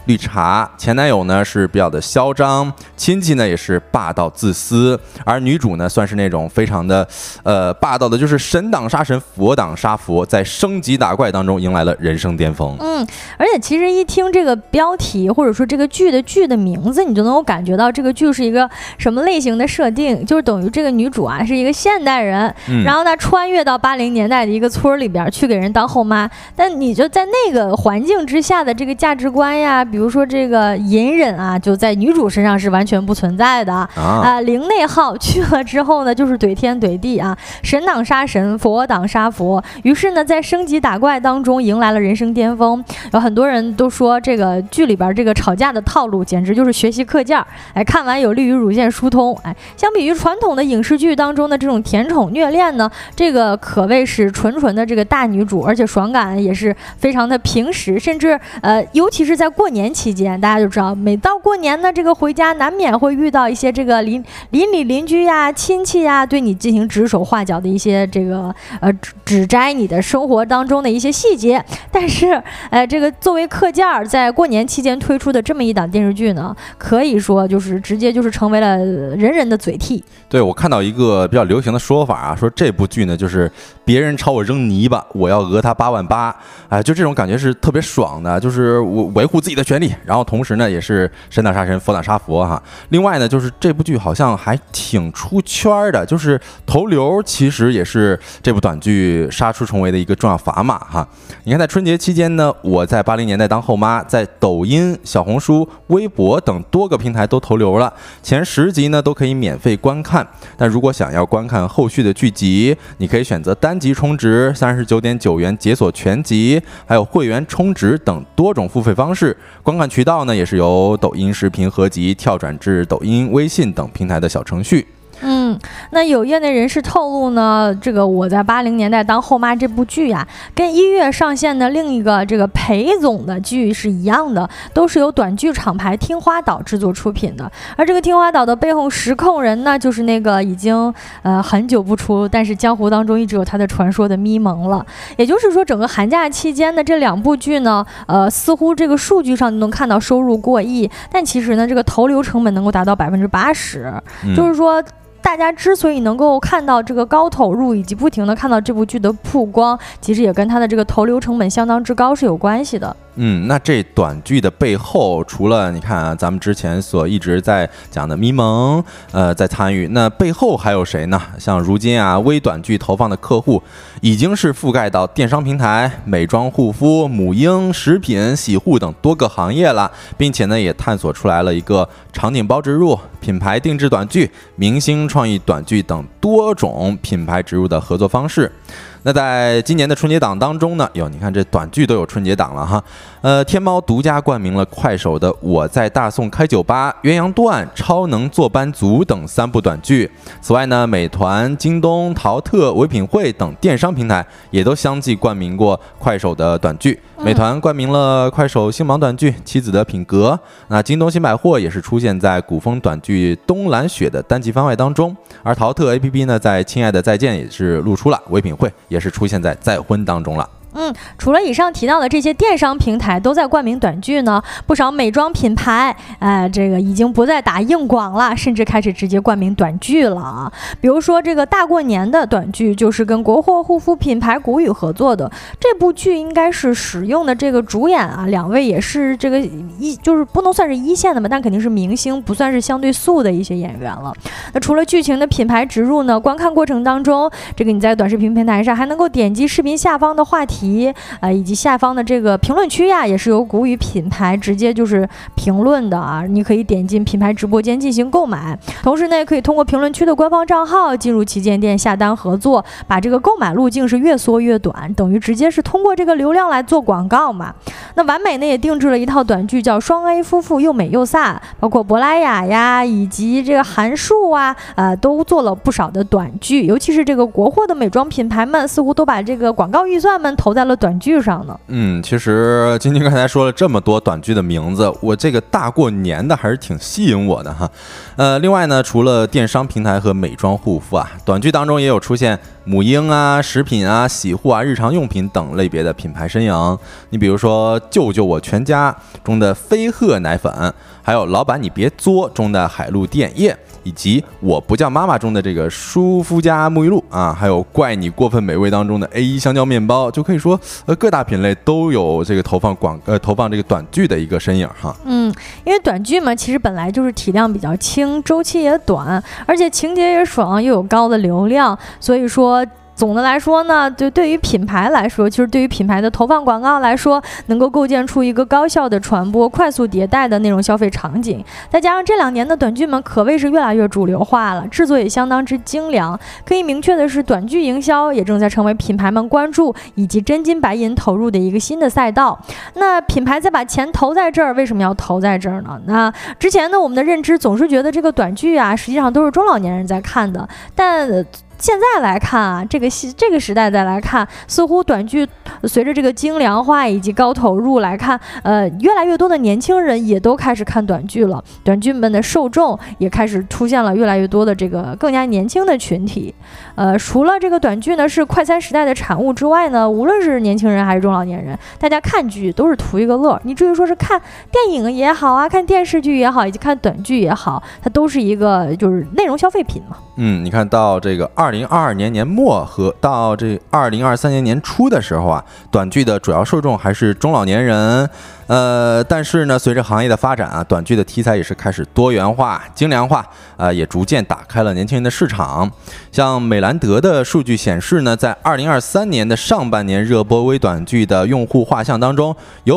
Speaker 1: 绿茶，前男友呢是比较的嚣张，亲戚呢也是霸道自私，而女主呢算是那种非常的霸道的，就是神挡杀神，佛挡杀佛，在升级打怪当中迎来了人生巅峰。
Speaker 2: 而且其实一听这个标题或者说这个剧的名字，你就能够感觉到这个剧是一个什么类型的设定，就是等于这个女主啊是一个现代人，然后她穿越到80年代的一个村里边去给人当后妈，但你就在那个环境之下的这个价值观呀，比如说这个隐忍啊，就在女主身上是完全不存在的零内耗去了之后呢，就是怼天怼地啊，神挡杀神，佛挡杀佛，于是呢在升级打怪当中迎来了人生巅峰。有很多人都说这个剧里边这个吵架的套路简直就是学习课件，看完有利于乳腺疏通。相比于传统的影视剧当中的这种甜宠虐恋呢，这个可谓是纯纯的这个大女主，而且爽感也是非常的平实，甚至尤其是在过年期间，大家就知道每到过年呢，这个回家难免会遇到一些这个邻里邻居呀、亲戚呀，对你进行指手画脚的一些这个指摘你的生活当中的一些细节。但是这个作为课件在过年期间推出的这么一档电视剧呢，可以说就是直接就是成为了人人的嘴替。
Speaker 1: 对，我看到一个比较流行的说法啊，说这部剧呢就是别人朝我扔泥巴，我要讹他8万8，就这种感觉是特别爽的，就是我维护自己的权利，然后同时呢也是神挡杀神，佛挡杀佛哈。另外呢，就是这部剧好像还挺出圈的，就是头流其实也是这部短剧杀出重围的一个重要砝码哈。你看在春节期间呢，我在80年代当后妈，在抖音、小红书、微博等多个平台都投流了，前10集呢都可以免费观看。但如果想要观看后续的剧集，你可以选择单集充值39.9元解锁全集，还有会员充值等多种付费方式。观看渠道呢也是由抖音视频合集跳转至抖音、微信等平台的小程序。
Speaker 2: 那有业内人士透露呢，这个我在80年代当后妈这部剧啊，跟1月上线的另一个这个裴总的剧是一样的，都是由短剧厂牌听花岛制作出品的。而这个听花岛的背后实控人呢，就是那个已经很久不出，但是江湖当中一直有他的传说的咪蒙了。也就是说，整个寒假期间的这2部剧呢，似乎这个数据上能看到收入过亿，但其实呢，这个投流成本能够达到80%，就是说。大家之所以能够看到这个高投入，以及不停的看到这部剧的曝光，其实也跟它的这个投流成本相当之高是有关系的。
Speaker 1: 那这短剧的背后，除了你看啊，咱们之前所一直在讲的咪蒙，在参与，那背后还有谁呢？像如今啊，微短剧投放的客户已经是覆盖到电商平台、美妆护肤、母婴、食品、洗护等多个行业了，并且呢，也探索出来了一个场景包植入、品牌定制短剧、明星创意短剧等多种品牌植入的合作方式。那在今年的春节档当中呢，你看这短剧都有春节档了哈。天猫独家冠名了快手的《我在大宋开酒吧》、《鸳鸯段》、《超能坐班族》等3部短剧。此外呢，美团、京东、淘特、唯品会等电商平台也都相继冠名过快手的短剧。美团冠名了快手星芒短剧《妻子的品格》，那京东新百货也是出现在古风短剧《冬蓝雪》的单集番外当中，而淘特 APP 呢，在《亲爱的再见》也是露出了，唯品会也是出现在再婚当中了。
Speaker 2: 除了以上提到的这些电商平台都在冠名短剧呢，不少美妆品牌，这个已经不再打硬广了，甚至开始直接冠名短剧了啊。比如说这个大过年的短剧，就是跟国货护肤品牌谷雨合作的。这部剧应该是使用的这个主演啊，2位也是这个就是不能算是1线的吧，但肯定是明星，不算是相对素的一些演员了。那除了剧情的品牌植入呢，观看过程当中，这个你在短视频平台上还能够点击视频下方的话题。以及下方的这个评论区呀，也是由谷雨品牌直接就是评论的啊，你可以点进品牌直播间进行购买，同时呢，也可以通过评论区的官方账号进入旗舰店下单合作，把这个购买路径是越缩越短，等于直接是通过这个流量来做广告嘛。那完美呢也定制了一套短剧，叫双 A 夫妇又美又飒，包括珀莱雅呀，以及这个韩束啊，都做了不少的短剧，尤其是这个国货的美妆品牌们，似乎都把这个广告预算们投在了短剧上呢。
Speaker 1: 其实晶晶刚才说了这么多短剧的名字，我这个大过年的还是挺吸引我的哈。另外呢，除了电商平台和美妆护肤啊，短剧当中也有出现母婴啊、食品啊、洗护啊、日常用品等类别的品牌身影。你比如说“救救我全家”中的飞鹤奶粉，还有“老板你别作”中的海陆电液，以及“我不叫妈妈”中的这个舒肤佳沐浴露啊，还有“怪你过分美味”当中的 A1 香蕉面包，就可以说各大品类都有这个投放这个短剧的一个身影哈。
Speaker 2: 因为短剧嘛，其实本来就是体量比较轻，周期也短，而且情节也爽，又有高的流量，所以说总的来说呢，对于品牌来说，其实对于品牌的投放广告来说，能够构建出一个高效的传播、快速迭代的内容消费场景。再加上这2年的短剧们可谓是越来越主流化了，制作也相当之精良。可以明确的是，短剧营销也正在成为品牌们关注以及真金白银投入的一个新的赛道。那品牌再把钱投在这儿，为什么要投在这儿呢？那之前呢，我们的认知总是觉得这个短剧啊，实际上都是中老年人在看的，但现在来看啊，这个时代再来看，似乎短剧随着这个精良化以及高投入来看，越来越多的年轻人也都开始看短剧了。短剧们的受众也开始出现了越来越多的这个更加年轻的群体。除了这个短剧呢是快餐时代的产物之外呢，无论是年轻人还是中老年人，大家看剧都是图一个乐。你至于说是看电影也好啊，看电视剧也好，以及看短剧也好，它都是一个就是内容消费品嘛。
Speaker 1: 你看到这个2022年年末和到这2023年年初的时候啊，短剧的主要受众还是中老年人。但是呢，随着行业的发展啊，短剧的题材也是开始多元化、精良化，也逐渐打开了年轻人的市场。像美兰德的数据显示呢，在2023年的上半年热播微短剧的用户画像当中，有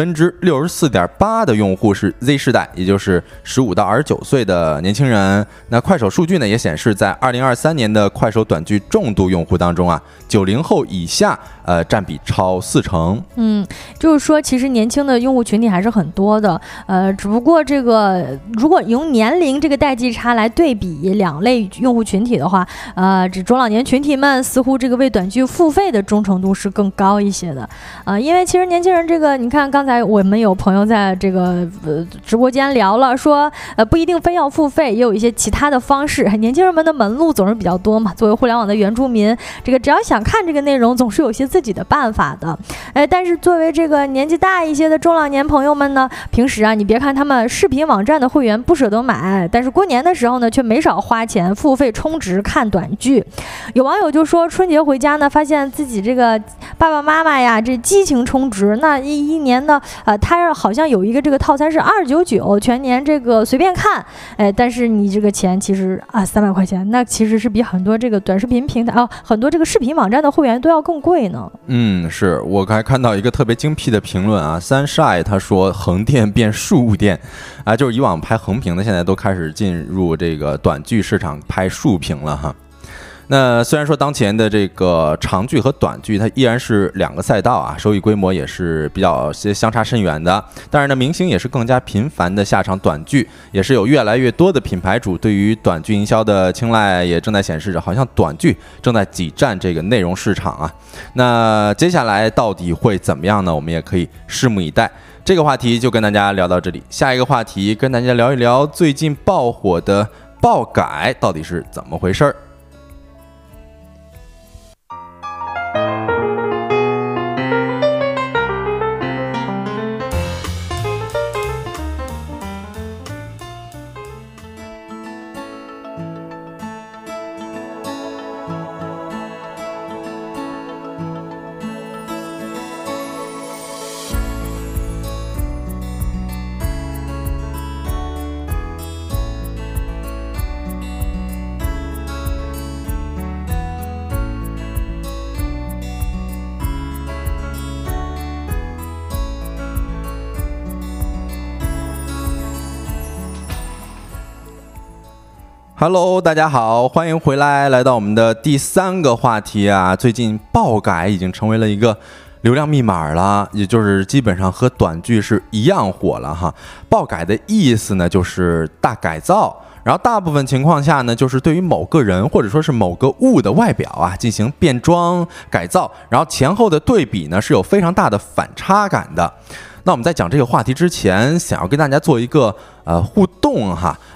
Speaker 1: 64.8%的用户是 Z 世代，也就是15到29岁的年轻人。那快手数据呢也显示，在2023年的快手短剧重度用户当中啊，90后以下占比超40%。
Speaker 2: 就是说其实年轻的用户群体还是很多的，只不过这个如果用年龄这个代际差来对比2类用户群体的话，这中老年群体们似乎这个为短剧付费的忠诚度是更高一些的，因为其实年轻人这个，你看刚才我们有朋友在这个直播间聊了，说不一定非要付费，也有一些其他的方式。年轻人们的门路总是比较多嘛，作为互联网的原住民，这个只要想看这个内容，总是有些自己的办法的。但是作为这个年纪大一些的中老年朋友们呢，平时啊，你别看他们视频网站的会员不舍得买，但是过年的时候呢，却没少花钱付费充值看短剧。有网友就说，春节回家呢，发现自己这个爸爸妈妈呀，这激情充值，那一年呢，他好像有一个这个套餐是299，全年这个随便看，但是你这个钱其实300块钱，那其实是比很多这个短视频平台很多这个视频网站的会员都要更贵呢。
Speaker 1: 是我还看到一个特别精辟的评论啊，Sunshine 他说横店变竖店啊，就是以往拍横屏的，现在都开始进入这个短剧市场拍竖屏了哈。那虽然说当前的这个长剧和短剧它依然是2个赛道啊，收益规模也是比较相差甚远的，但是呢，明星也是更加频繁的下场短剧，也是有越来越多的品牌主对于短剧营销的青睐，也正在显示着好像短剧正在挤占这个内容市场啊。那接下来到底会怎么样呢？我们也可以拭目以待。这个话题就跟大家聊到这里，下一个话题跟大家聊一聊最近爆火的爆改到底是怎么回事儿。Hello， 大家好，欢迎回来到我们的第3个话题啊。最近爆改已经成为了一个流量密码了，也就是基本上和短剧是一样火了哈。爆改的意思呢，就是大改造，然后大部分情况下呢，就是对于某个人或者说是某个物的外表啊进行变装改造，然后前后的对比呢是有非常大的反差感的。那我们在讲这个话题之前，想要跟大家做一个互动哈，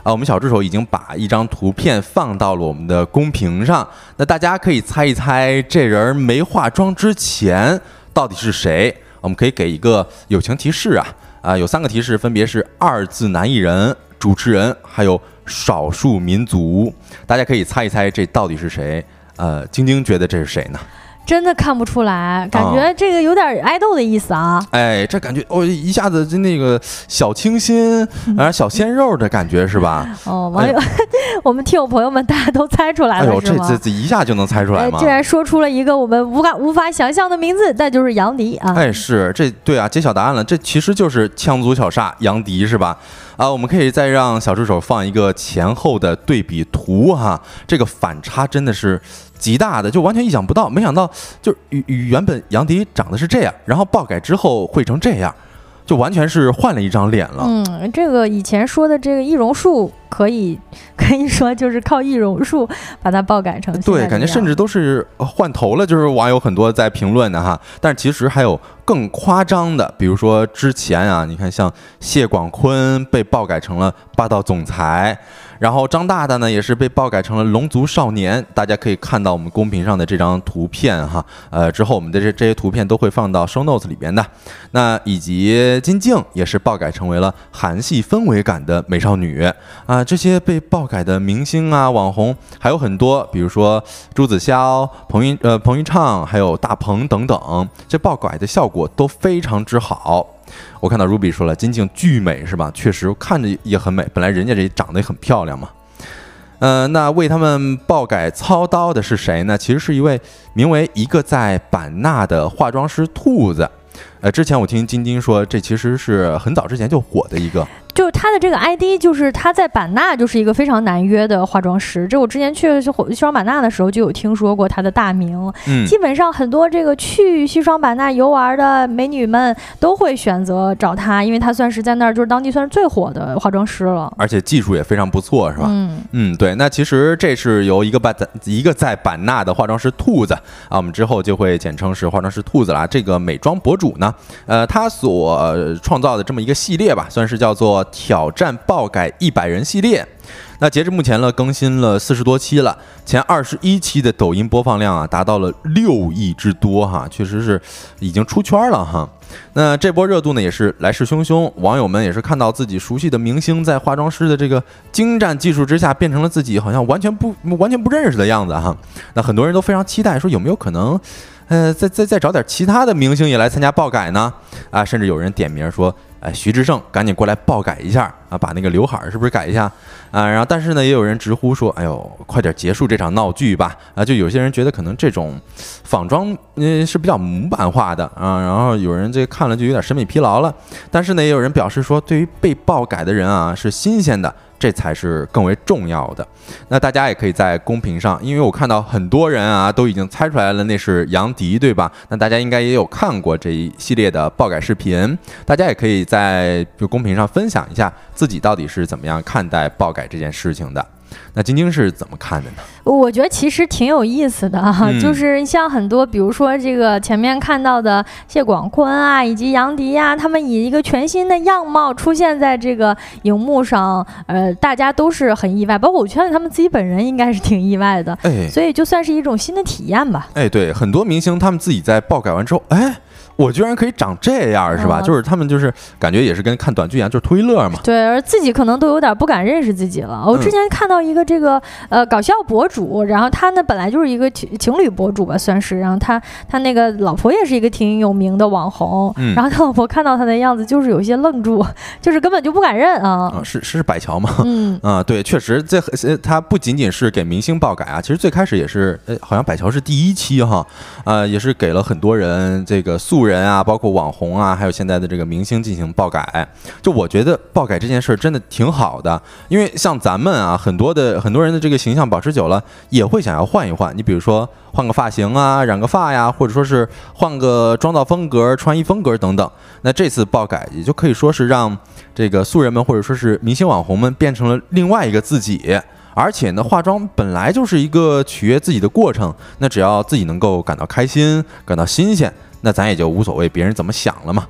Speaker 1: 我们小助手已经把一张图片放到了我们的公屏上，那大家可以猜一猜这人没化妆之前到底是谁？我们可以给一个友情提示有3个提示，分别是2字男艺人、主持人，还有少数民族。大家可以猜一猜这到底是谁？晶晶觉得这是谁呢？
Speaker 2: 真的看不出来，感觉这个有点爱豆的意思啊！
Speaker 1: 哎，这感觉一下子就那个小清新，小鲜肉的感觉是吧？
Speaker 2: 网友，我们听友朋友们大家都猜出来了，是吗？
Speaker 1: 这一下就能猜出来吗？
Speaker 2: 竟然说出了一个我们无法想象的名字，那就是杨迪啊！
Speaker 1: 哎，是对啊，揭晓答案了，这其实就是羌族小煞杨迪是吧？我们可以再让小助手放一个前后的对比图这个反差真的是极大的，就完全意想不到，没想到就是原本杨迪长得是这样，然后爆改之后会成这样，就完全是换了一张脸了。
Speaker 2: 这个以前说的这个易容术可以说就是靠易容术把它爆改成
Speaker 1: 对，感觉甚至都是换头了，就是网友很多在评论的但是其实还有更夸张的，比如说之前你看像谢广坤被爆改成了霸道总裁，然后张大大呢也是被爆改成了龙族少年。大家可以看到我们公屏上的这张图片之后我们的这些图片都会放到 show notes 里边的。那以及金靖也是爆改成为了韩系氛围感的美少女这些被爆改的明星网红还有很多，比如说朱子骁、彭昱畅还有大鹏等等，这爆改的效果都非常之好。我看到 Ruby 说了，金靖巨美是吧？确实看着也很美，本来人家这长得也很漂亮嘛。那为他们爆改操刀的是谁呢？其实是一位名为一个在版纳的化妆师兔子。之前我听晶晶说，这其实是很早之前就火的一个。
Speaker 2: 就是他的这个 ID， 就是他在版纳就是一个非常难约的化妆师。这我之前去西双版纳的时候就有听说过他的大名。基本上很多这个去西双版纳游玩的美女们都会选择找他，因为他算是在那儿就是当地算是最火的化妆师了，
Speaker 1: 而且技术也非常不错，是吧？对。那其实这是由一个在版纳的化妆师兔子我们之后就会简称是化妆师兔子啦。这个美妆博主呢，他所创造的这么一个系列吧，算是叫做挑战爆改100人系列。那截至目前更新了40多期了，前21期的抖音播放量达到了6亿之多确实是已经出圈了那这波热度呢也是来势汹汹，网友们也是看到自己熟悉的明星在化妆师的这个精湛技术之下变成了自己好像完全不认识的样子那很多人都非常期待，说有没有可能再找点其他的明星也来参加爆改呢？甚至有人点名说，徐志胜赶紧过来爆改一下把那个刘海是不是改一下然后但是呢，也有人直呼说，哎呦，快点结束这场闹剧吧就有些人觉得可能这种仿妆是比较模板化的然后有人这看了就有点审美疲劳了。但是呢，也有人表示说，对于被爆改的人是新鲜的，这才是更为重要的。那大家也可以在公屏上，因为我看到很多人都已经猜出来了，那是杨迪，对吧？那大家应该也有看过这一系列的爆改视频，大家也可以在公屏上分享一下自己到底是怎么样看待爆改这件事情的。那晶晶是怎么看的呢？
Speaker 2: 我觉得其实挺有意思的就是像很多比如说这个前面看到的谢广坤以及杨迪他们以一个全新的样貌出现在这个荧幕上，大家都是很意外，包括我觉得他们自己本人应该是挺意外的所以就算是一种新的体验吧。
Speaker 1: 对，很多明星他们自己在爆改完之后，我居然可以长这样，是吧？就是他们就是感觉也是跟看短剧一样，就是图一乐嘛。
Speaker 2: 对，而自己可能都有点不敢认识自己了。我之前看到一个这个搞笑博主，然后他呢本来就是一个情侣博主吧，算是，然后他那个老婆也是一个挺有名的网红，然后他老婆看到他的样子就是有些愣住，就是根本就不敢认
Speaker 1: 是百乔吗？对，确实他不仅仅是给明星爆改其实最开始也是好像百乔是第1期也是给了很多人这个素人包括网红还有现在的这个明星进行爆改。就我觉得爆改这件事真的挺好的，因为像咱们很多人的这个形象保持久了，也会想要换一换。你比如说换个发型染个发呀，或者说是换个妆造风格、穿衣风格等等。那这次爆改也就可以说是让这个素人们或者说是明星网红们变成了另外一个自己。而且呢，化妆本来就是一个取悦自己的过程，那只要自己能够感到开心、感到新鲜，那咱也就无所谓别人怎么想了嘛。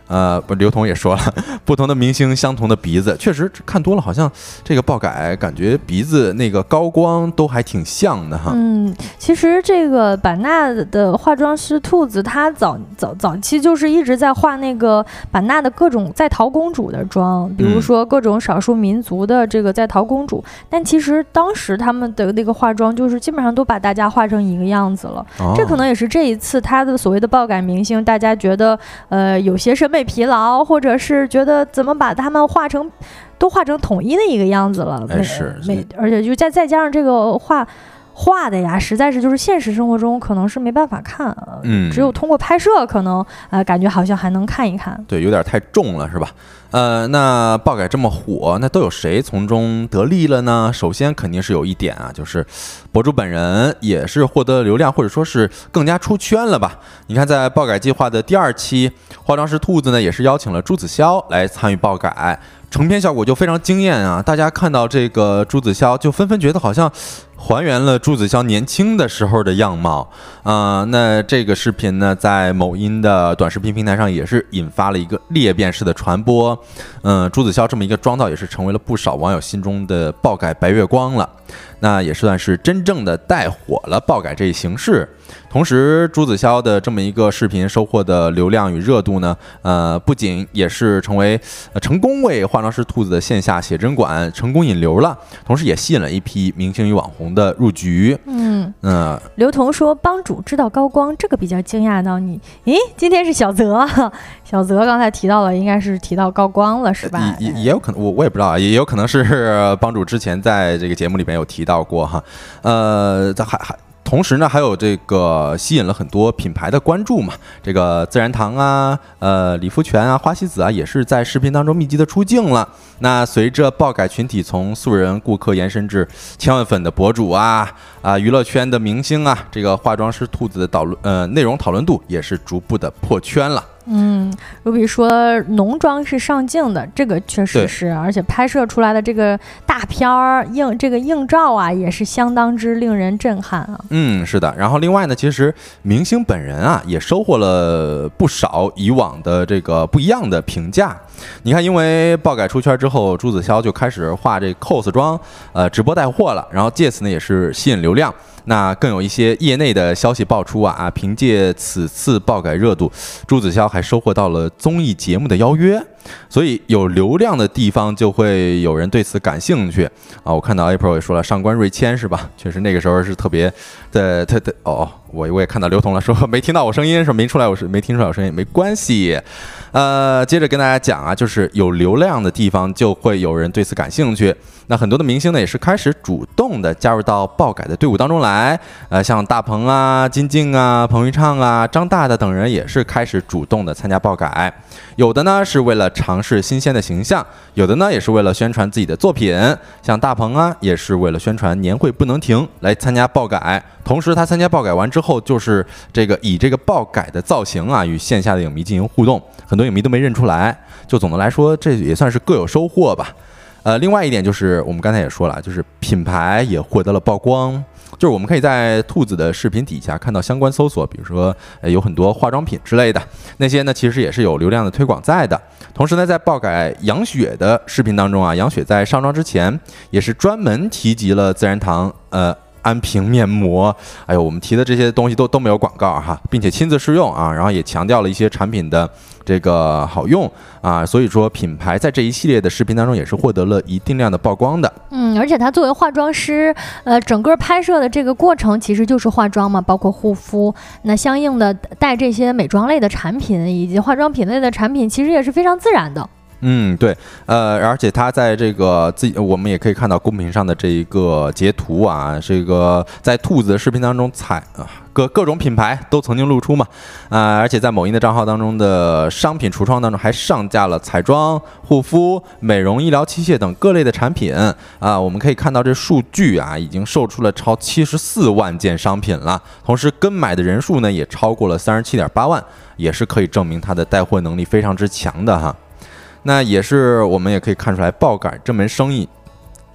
Speaker 1: 刘同也说了，不同的明星相同的鼻子，确实看多了，好像这个爆改感觉鼻子那个高光都还挺像的哈。
Speaker 2: 其实这个版纳的化妆师兔子，他早期就是一直在画那个版纳的各种在逃公主的妆，比如说各种少数民族的这个在逃公主，但其实当时他们的那个化妆就是基本上都把大家画成一个样子了。这可能也是这一次他的所谓的爆改明星，大家觉得有些审美疲劳，或者是觉得怎么把他们都画成统一的一个样子了。而且就再加上这个画的呀，实在是就是现实生活中可能是没办法看，只有通过拍摄可能感觉好像还能看一看。
Speaker 1: 对，有点太重了是吧？那爆改这么火，那都有谁从中得利了呢？首先肯定是有一点啊，就是博主本人也是获得流量，或者说是更加出圈了吧。你看在爆改计划的第2期，化妆师兔子呢也是邀请了朱子骁来参与爆改，成片效果就非常惊艳啊！大家看到这个朱子骁就纷纷觉得好像还原了朱子骁年轻的时候的样貌那这个视频呢，在某音的短视频平台上也是引发了一个裂变式的传播。朱子骁这么一个妆造也是成为了不少网友心中的爆改白月光了。那也算是真正的带火了爆改这一形式。同时，朱子骁的这么一个视频收获的流量与热度呢，不仅也是成功为化妆师兔子的线下写真馆成功引流了，同时也吸引了一批明星与网红的入局。
Speaker 2: 刘同说帮主知道高光，这个比较惊讶到你。今天是小泽刚才提到了，应该是提到高光了是吧？
Speaker 1: 也有可能，我也不知道啊，也有可能是帮主之前在这个节目里边有提到过哈。同时呢，还有这个吸引了很多品牌的关注嘛，这个自然堂啊、理肤泉啊、花西子啊，也是在视频当中密集的出镜了。那随着爆改群体从素人顾客延伸至千万粉的博主娱乐圈的明星啊，这个化妆师兔子的内容讨论度也是逐步的破圈了。
Speaker 2: 如比说浓妆是上镜的，这个确实是，而且拍摄出来的这个大片儿映照啊，也是相当之令人震撼啊。
Speaker 1: 是的。然后另外呢，其实明星本人啊也收获了不少以往的这个不一样的评价。你看，因为爆改出圈之后，朱子骁就开始画这 cos 妆，直播带货了，然后借此呢也是吸引流量。那更有一些业内的消息爆出凭借此次爆改热度，朱子骁还收获到了综艺节目的邀约。所以有流量的地方就会有人对此感兴趣我看到 April 也说了，上官瑞谦是吧？确实那个时候是特别的我也看到刘同了，说没听到我声音，说没听出来我声音，没关系。接着跟大家讲就是有流量的地方就会有人对此感兴趣。那很多的明星呢也是开始主动的加入到爆改的队伍当中来，像大鹏金靖彭昱畅张大大等人也是开始主动的参加爆改。有的呢是为了尝试新鲜的形象，有的呢也是为了宣传自己的作品，像大鹏也是为了宣传年会不能停来参加爆改。同时他参加爆改完之后，就是以这个爆改的造型与线下的影迷进行互动，很多影迷都没认出来。就总的来说，这也算是各有收获吧。另外一点就是我们刚才也说了，就是品牌也获得了曝光。就是我们可以在兔子的视频底下看到相关搜索，比如说有很多化妆品之类的，那些呢其实也是有流量的推广在的。同时呢，在爆改杨雪的视频当中杨雪在上妆之前也是专门提及了自然堂安瓶面膜，我们提的这些东西都没有广告并且亲自试用然后也强调了一些产品的这个好用所以说品牌在这一系列的视频当中也是获得了一定量的曝光的。
Speaker 2: 而且他作为化妆师，整个拍摄的这个过程其实就是化妆嘛，包括护肤，那相应的带这些美妆类的产品以及化妆品类的产品，其实也是非常自然的。
Speaker 1: 对，而且他在这个我们也可以看到公屏上的这一个截图这个在兔子的视频当中各种品牌都曾经露出嘛，而且在某音的账号当中的商品橱窗当中还上架了彩妆、护肤、美容、医疗器械等各类的产品我们可以看到这数据已经售出了超74万件商品了，同时跟买的人数呢也超过了37.8万，也是可以证明它的带货能力非常之强的那也是我们也可以看出来，爆改这门生意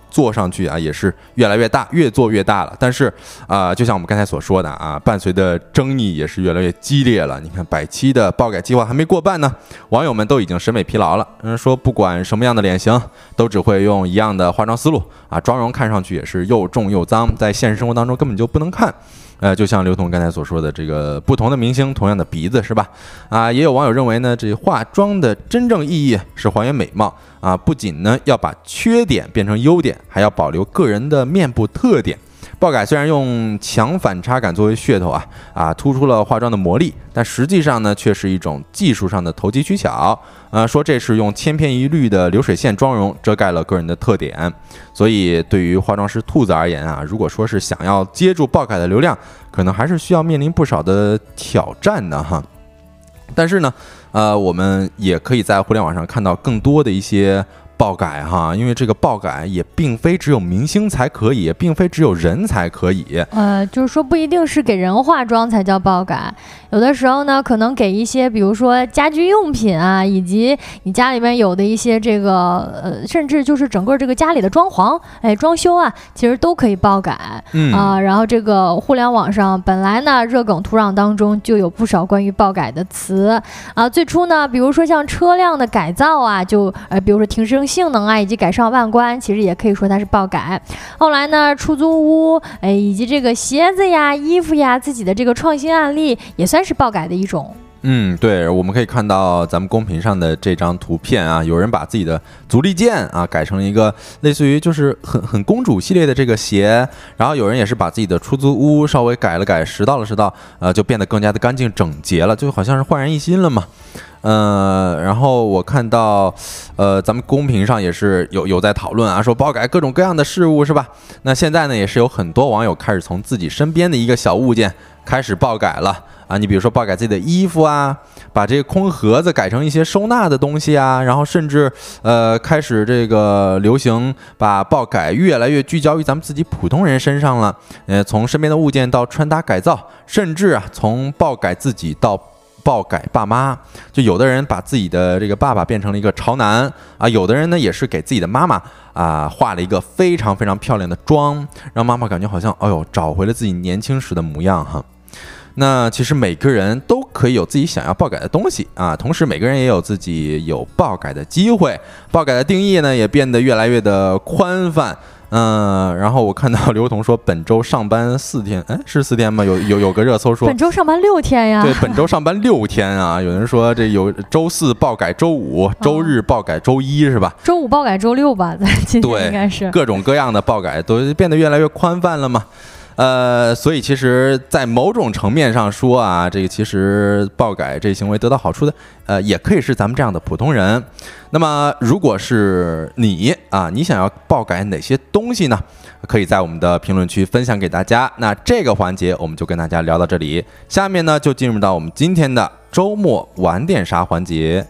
Speaker 1: 做上去啊也是越来越大，越做越大了。但是就像我们刚才所说的啊，伴随的争议也是越来越激烈了。你看百期的爆改计划还没过半呢，网友们都已经审美疲劳了。说不管什么样的脸型，都只会用一样的化妆思路啊，妆容看上去也是又重又脏，在现实生活当中根本就不能看。就像刘同刚才所说的，这个不同的明星，同样的鼻子，是吧？也有网友认为呢，这化妆的真正意义是还原美貌啊，不仅呢要把缺点变成优点，还要保留个人的面部特点。爆改虽然用强反差感作为噱头突出了化妆的魔力，但实际上呢，却是一种技术上的投机取巧。说这是用千篇一律的流水线妆容遮盖了个人的特点。所以对于化妆师兔子而言如果说是想要接住爆改的流量，可能还是需要面临不少的挑战的哈。但是呢，我们也可以在互联网上看到更多的一些爆改哈，因为这个爆改也并非只有明星才可以，也并非只有人才可以。
Speaker 2: 就是说不一定是给人化妆才叫爆改，有的时候呢，可能给一些比如说家居用品以及你家里面有的一些这个甚至就是整个这个家里的装潢，装修其实都可以爆改。然后这个互联网上本来呢热梗土壤当中就有不少关于爆改的词最初呢，比如说像车辆的改造就比如说提升性能以及改善外观，其实也可以说它是爆改。后来呢，出租屋以及这个鞋子衣服自己的这个创新案例也算是爆改的一种。
Speaker 1: 对，我们可以看到咱们公屏上的这张图片有人把自己的足力健改成了一个类似于就是很公主系列的这个鞋，然后有人也是把自己的出租屋稍微改了改，拾到就变得更加的干净整洁了，就好像是焕然一新了嘛。然后我看到咱们公屏上也是有在讨论说爆改各种各样的事物，是吧？那现在呢也是有很多网友开始从自己身边的一个小物件开始爆改了你比如说爆改自己的衣服把这个空盒子改成一些收纳的东西然后甚至开始这个流行把爆改越来越聚焦于咱们自己普通人身上了。从身边的物件到穿搭改造，甚至从爆改自己到爆改爸妈，就有的人把自己的这个爸爸变成了一个潮男有的人呢也是给自己的妈妈画了一个非常非常漂亮的妆，让妈妈感觉好像找回了自己年轻时的模样哈。那其实每个人都可以有自己想要爆改的东西同时每个人也有自己有爆改的机会。爆改的定义呢也变得越来越的宽泛。然后我看到刘同说本周上班4天，是4天吗？有个热搜说
Speaker 2: 本周上班6天呀。
Speaker 1: 对，本周上班6天有人说这有周4爆改周5，周日爆改周1，是吧？
Speaker 2: 周5爆改周6吧，今天应该是。
Speaker 1: 各种各样的爆改都变得越来越宽泛了嘛。所以其实在某种层面上说这个其实爆改这行为得到好处的也可以是咱们这样的普通人。那么如果是你你想要爆改哪些东西呢？可以在我们的评论区分享给大家。那这个环节我们就跟大家聊到这里，下面呢就进入到我们今天的周末玩点啥环节。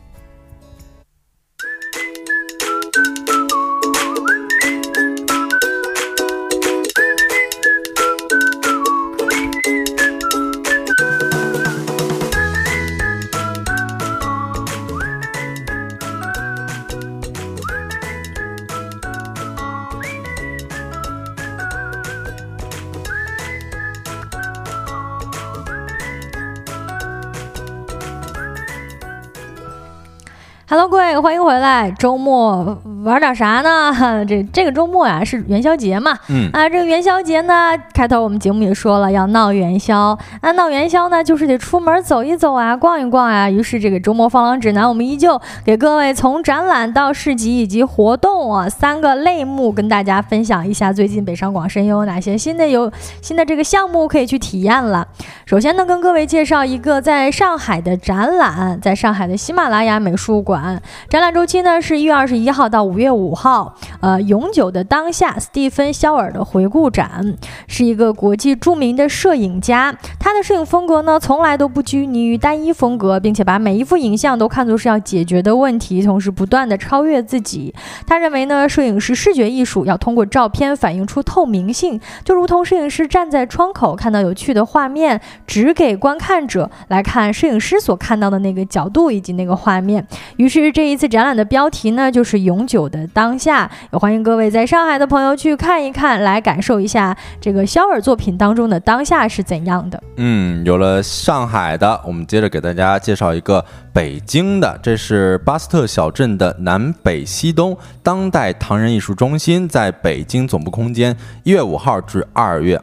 Speaker 2: Hello， 各位，欢迎回来。周末玩点啥呢？这个周末是元宵节嘛。这个元宵节呢，开头我们节目也说了要闹元宵。闹元宵呢，就是得出门走一走逛一逛于是这个周末放狼指南，我们依旧给各位从展览到市集以及活动3个类目跟大家分享一下最近北上广深有哪些新的这个项目可以去体验了。首先呢，跟各位介绍一个在上海的展览，在上海的喜马拉雅美术馆。展览周期呢是1月21号到5月5号。永久的当下，斯蒂芬·肖尔的回顾展，是一个国际著名的摄影家。他的摄影风格呢，从来都不拘泥于单一风格，并且把每一幅影像都看作是要解决的问题，同时不断的超越自己。他认为呢，摄影是视觉艺术，要通过照片反映出透明性，就如同摄影师站在窗口看到有趣的画面，只给观看者来看摄影师所看到的那个角度以及那个画面。于是这一次展览的标题呢，就是永久有的当下。也欢迎各位在上海的朋友去看一看，来感受一下这个肖尔作品当中的当下是怎样的。
Speaker 1: 有了上海的，我们接着给大家介绍一个北京的，这是巴斯特小镇的南北西东当代唐人艺术中心，在北京总部空间1月5号至2月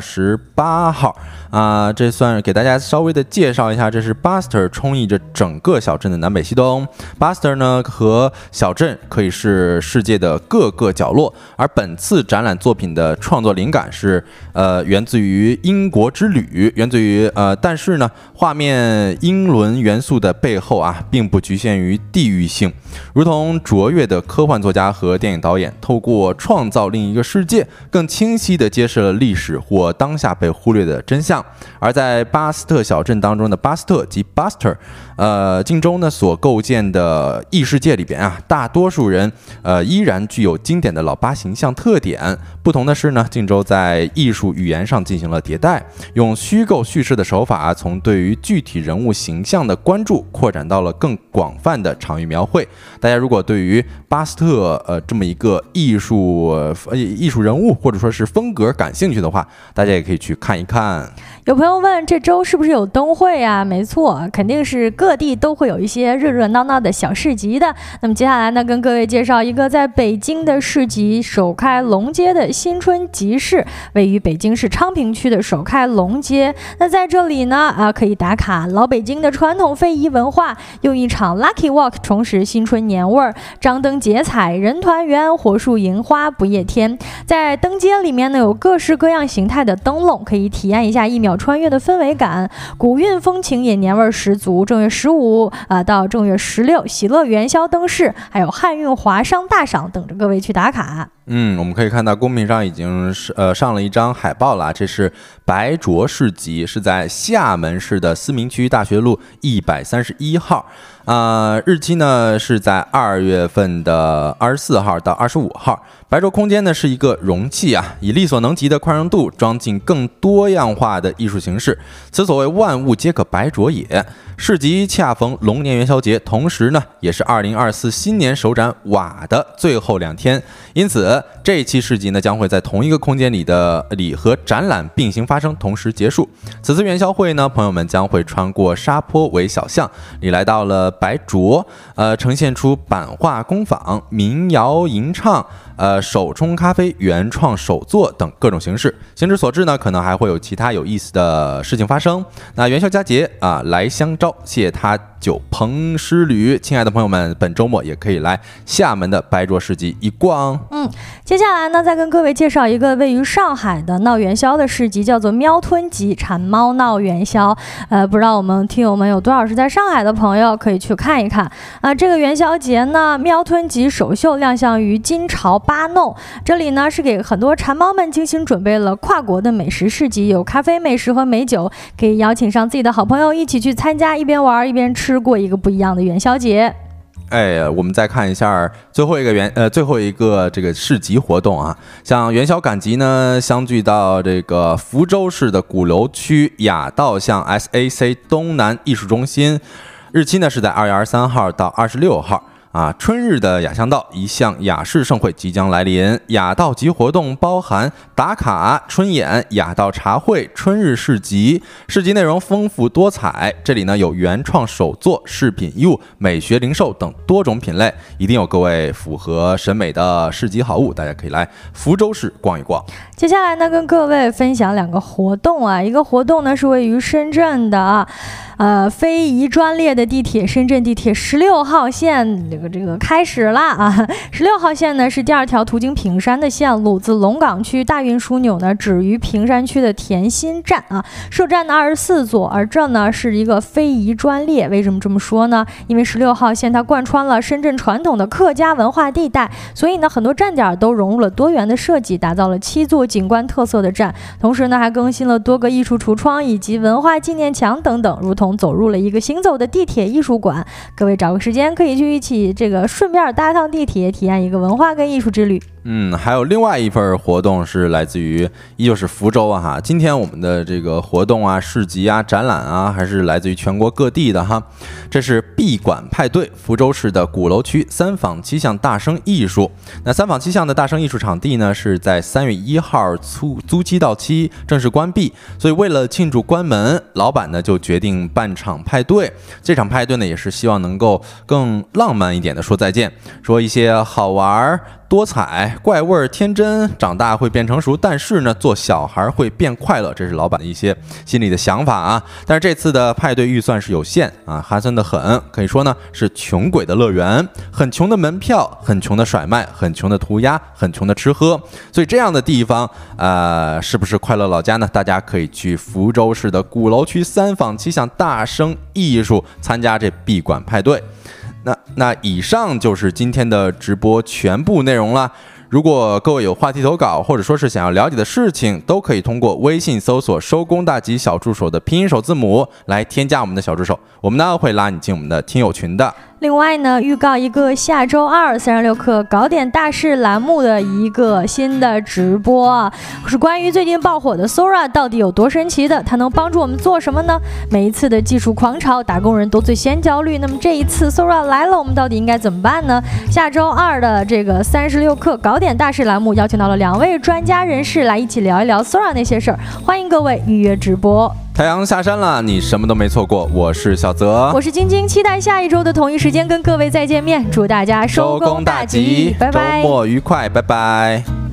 Speaker 1: 28号。这算是给大家稍微的介绍一下，这是 Buster 充溢着整个小镇的南北西东。Buster 呢和小镇可以是世界的各个角落，而本次展览作品的创作灵感是源自于英国之旅，但是呢，画面英伦元素的背后并不局限于地域性，如同卓越的科幻作家和电影导演透过创造另一个世界，更清晰地揭示了历史或当下被忽略的真相。而在巴斯特小镇当中的巴斯特及 Buster，晋州呢所构建的异世界里边大多数人依然具有经典的老八形象特点。不同的是呢，晋州在艺术语言上进行了迭代，用虚构叙事的手法，从对于具体人物形象的关注扩展到了更广泛的场域描绘。大家如果对于巴斯特这么一个艺术人物或者说是风格感兴趣的话，大家也可以去看一看。
Speaker 2: 有朋友问这周是不是有灯会啊？没错，肯定是各地都会有一些热热闹闹的小市集的。那么接下来呢，跟各位介绍一个在北京的市集——首开龙街的新春集市，位于北京市昌平区的首开龙街。那在这里呢，可以打卡老北京的传统非遗文化，用一场 Lucky Walk 重拾新春年味儿，张灯结彩，人团圆，火树银花不夜天。在灯街里面呢，有各式各样形态的灯笼，可以体验一下1秒穿越的氛围感，古韵风情也年味十足。正月15到正月16，喜乐元宵灯饰，还有汉运华商大赏等着各位去打卡。
Speaker 1: 我们可以看到公屏上已经上了一张海报了，这是白灼市集，是在厦门市的思明区大学路131号。日期呢是在2月份的24号到25号。白灼空间呢是一个容器以力所能及的宽容度装进更多样化的艺术形式，此所谓万物皆可白灼也。市集恰逢龙年元宵节，同时呢也是2024新年首展瓦的最后2天，因此这一期市集呢将会在同一个空间里和展览并行发生，同时结束。此次元宵会呢，朋友们将会穿过沙坡尾小巷，你来到了白灼，呈现出版画工坊、民谣吟唱、手冲咖啡、原创手作等各种形式。形之所至呢，可能还会有其他有意思的事情发生。那元宵佳节来相招，谢他酒朋诗旅。亲爱的朋友们，本周末也可以来厦门的白灼市集一逛。
Speaker 2: 接下来呢，再跟各位介绍一个位于上海的闹元宵的市集，叫做喵吞集馋猫闹元宵。不知道我们听友们有多少是在上海的朋友，可以去看一看。这个元宵节呢，喵吞集首秀亮相于金朝巴弄，这里呢是给很多馋猫们精心准备了跨国的美食市集，有咖啡、美食和美酒，可以邀请上自己的好朋友一起去参加，一边玩一边吃，过一个不一样的元宵节。
Speaker 1: 我们再看一下最后一个这个市集活动像元宵赶集呢，相聚到这个福州市的鼓楼区雅道巷 SAC 东南艺术中心，日期呢是在2月23号到26号。春日的雅香道一项雅士盛会即将来临，雅道集活动包含打卡、春演、雅道茶会、春日市集，市集内容丰富多彩。这里呢有原创手作、饰品衣物、美学零售等多种品类，一定有各位符合审美的市集好物，大家可以来福州市逛一逛。
Speaker 2: 接下来呢，跟各位分享2个活动一个活动呢是位于深圳的非遗专列的地铁，深圳地铁16号线这个开始了16号线呢是第2条途经平山的线路，自龙岗区大运枢纽呢止于平山区的田心站设站的24座，而这呢是一个非遗专列。为什么这么说呢？因为16号线它贯穿了深圳传统的客家文化地带，所以呢很多站点都融入了多元的设计，打造了7座景观特色的站，同时呢还更新了多个艺术橱窗以及文化纪念墙等等，如同同走入了一个行走的地铁艺术馆。各位找个时间可以去一起这个顺便搭趟地铁，体验一个文化跟艺术之旅。
Speaker 1: 还有另外一份活动是来自于依旧是福州啊哈。今天我们的这个活动啊、市集啊、展览啊，还是来自于全国各地的哈。这是闭馆派对，福州市的鼓楼区三坊七巷大生艺术。那三坊七巷的大生艺术场地呢，是在3月1号租期到期正式关闭，所以为了庆祝关门，老板呢就决定办场派对。这场派对呢，也是希望能够更浪漫一点的说再见，说一些好玩多彩、怪味天真，长大会变成熟，但是呢，做小孩会变快乐，这是老板的一些心里的想法啊。但是这次的派对预算是有限啊，寒酸的很，可以说呢是穷鬼的乐园，很穷的门票，很穷的甩卖，很穷的涂鸦，很穷的吃喝。所以这样的地方，是不是快乐老家呢？大家可以去福州市的鼓楼区三坊七巷大生艺术参加这闭馆派对。那以上就是今天的直播全部内容了。如果各位有话题投稿，或者说是想要了解的事情，都可以通过微信搜索收工大吉小助手的拼音首字母来添加我们的小助手，我们呢会拉你进我们的听友群的。
Speaker 2: 另外呢，预告一个下周236氪搞点大事栏目的一个新的直播啊，是关于最近爆火的 Sora 到底有多神奇的，它能帮助我们做什么呢？每一次的技术狂潮，打工人都最先焦虑，那么这一次 Sora 来了，我们到底应该怎么办呢？下周2的这个36氪搞点大事栏目邀请到了2位专家人士来一起聊一聊 Sora 那些事儿，欢迎各位预约直播。
Speaker 1: 太阳下山了，你什么都没错过。我是小泽，
Speaker 2: 我是晶晶，期待下一周的同一时间跟各位再见面。祝大家收工大吉，拜拜，
Speaker 1: 周末愉快，拜拜。